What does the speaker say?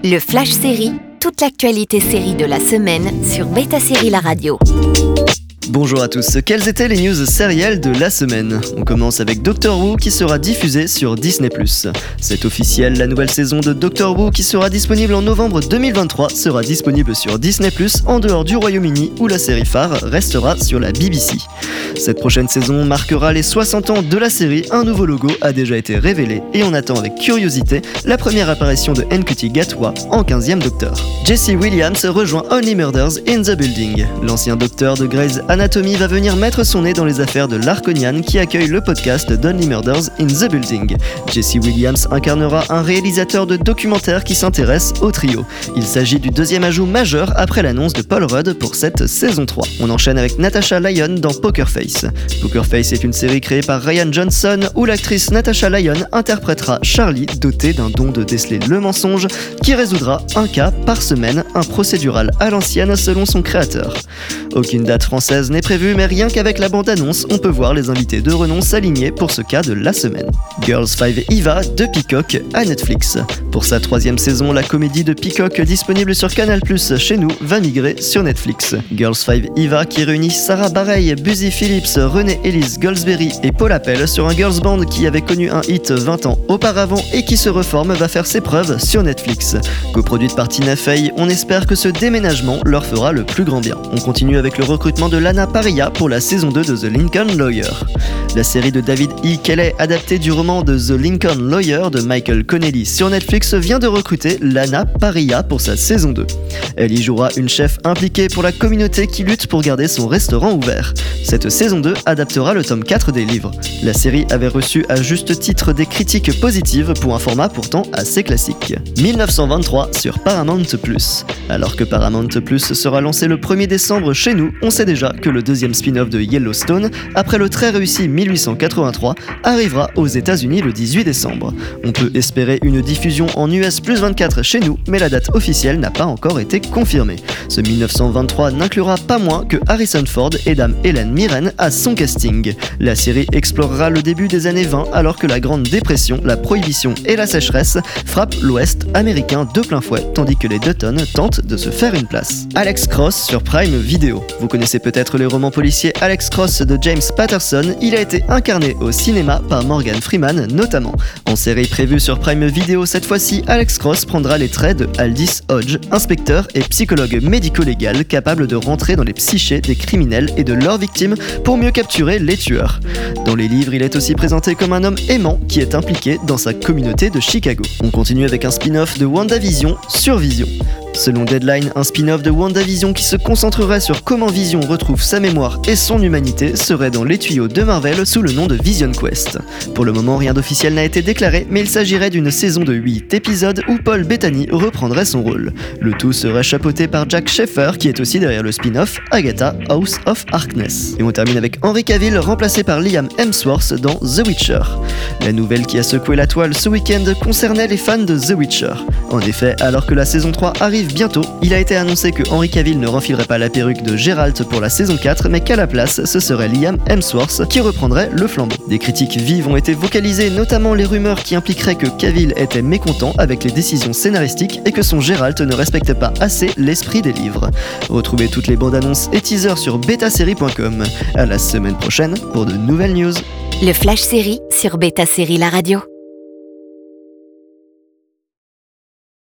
Le Flash Série, toute l'actualité série de la semaine sur Beta Série La Radio. Bonjour à tous, quelles étaient les news sérielles de la semaine ? On commence avec Doctor Who qui sera diffusé sur Disney+. C'est officiel, la nouvelle saison de Doctor Who qui sera disponible en novembre 2023 sera disponible sur Disney+, en dehors du Royaume-Uni où la série phare restera sur la BBC. Cette prochaine saison marquera les 60 ans de la série, un nouveau logo a déjà été révélé et on attend avec curiosité la première apparition de Ncuti Gatwa en 15e Docteur. Jesse Williams rejoint Only Murders in the Building. L'ancien docteur de Grey's Anatomy va venir mettre son nez dans les affaires de l'Arconian qui accueille le podcast d'Only Murders in the Building. Jesse Williams incarnera un réalisateur de documentaire qui s'intéresse au trio. Il s'agit du deuxième ajout majeur après l'annonce de Paul Rudd pour cette saison 3. On enchaîne avec Natasha Lyonne dans Poker Face. Poker Face est une série créée par Ryan Johnson où l'actrice Natasha Lyonne interprétera Charlie, dotée d'un don de déceler le mensonge, qui résoudra un cas par semaine, un procédural à l'ancienne selon son créateur. Aucune date française n'est prévue, mais rien qu'avec la bande-annonce, on peut voir les invités de renom s'aligner pour ce cas de la semaine. Girls 5 Eva de Peacock à Netflix. Pour sa 3e saison, la comédie de Peacock disponible sur Canal+ chez nous va migrer sur Netflix. Girls 5 Eva qui réunit Sarah Bareilles, Busy Phillips, Renée Elise Goldsberry et Paul Appel sur un girls band qui avait connu un hit 20 ans auparavant et qui se reforme va faire ses preuves sur Netflix. Coproduite par Tina Fey, on espère que ce déménagement leur fera le plus grand bien. On continue avec le recrutement de Lana Parrilla pour la saison 2 de The Lincoln Lawyer. La série de David E. Kelley, adaptée du roman de The Lincoln Lawyer de Michael Connelly sur Netflix, vient de recruter Lana Parrilla pour sa saison 2. Elle y jouera une chef impliquée pour la communauté qui lutte pour garder son restaurant ouvert. Cette saison 2 adaptera le tome 4 des livres. La série avait reçu à juste titre des critiques positives pour un format pourtant assez classique. 1923 sur Paramount+. Alors que Paramount+ sera lancé le 1er décembre chez nous, on sait déjà que le deuxième spin-off de Yellowstone, après le très réussi 1883, arrivera aux États-Unis le 18 décembre. On peut espérer une diffusion en US +24 chez nous, mais la date officielle n'a pas encore été confirmée. Ce 1923 n'inclura pas moins que Harrison Ford et Dame Hélène Mirren à son casting. La série explorera le début des années 20 alors que la Grande Dépression, la Prohibition et la sécheresse frappent l'Ouest américain de plein fouet, tandis que les Dutton tentent de se faire une place. Alex Cross sur Prime Video. Vous connaissez peut-être les romans policiers Alex Cross de James Patterson, il a été incarné au cinéma par Morgan Freeman notamment. En série prévue sur Prime Video cette fois-ci, Alex Cross prendra les traits de Aldis Hodge, inspecteur et psychologue médico-légal capable de rentrer dans les psychés des criminels et de leurs victimes pour mieux capturer les tueurs. Dans les livres, il est aussi présenté comme un homme aimant qui est impliqué dans sa communauté de Chicago. On continue avec un spin-off de WandaVision sur Vision. Selon Deadline, un spin-off de WandaVision qui se concentrerait sur comment Vision retrouve sa mémoire et son humanité serait dans les tuyaux de Marvel sous le nom de Vision Quest. Pour le moment, rien d'officiel n'a été déclaré, mais il s'agirait d'une saison de 8 épisodes où Paul Bettany reprendrait son rôle. Le tout serait chapeauté par Jack Sheffer qui est aussi derrière le spin-off Agatha House of Harkness. Et on termine avec Henry Cavill remplacé par Liam Hemsworth dans The Witcher. La nouvelle qui a secoué la toile ce week-end concernait les fans de The Witcher. En effet, alors que la saison 3 arrive bientôt, il a été annoncé que Henry Cavill ne renfilerait pas la perruque de Geralt pour la saison 4, mais qu'à la place, ce serait Liam Hemsworth qui reprendrait le flambeau. Des critiques vives ont été vocalisées, notamment les rumeurs qui impliqueraient que Cavill était mécontent avec les décisions scénaristiques et que son Geralt ne respecte pas assez l'esprit des livres. Retrouvez toutes les bandes annonces et teasers sur betasérie.com. À la semaine prochaine pour de nouvelles news. Le Flash Série sur Beta Série La Radio.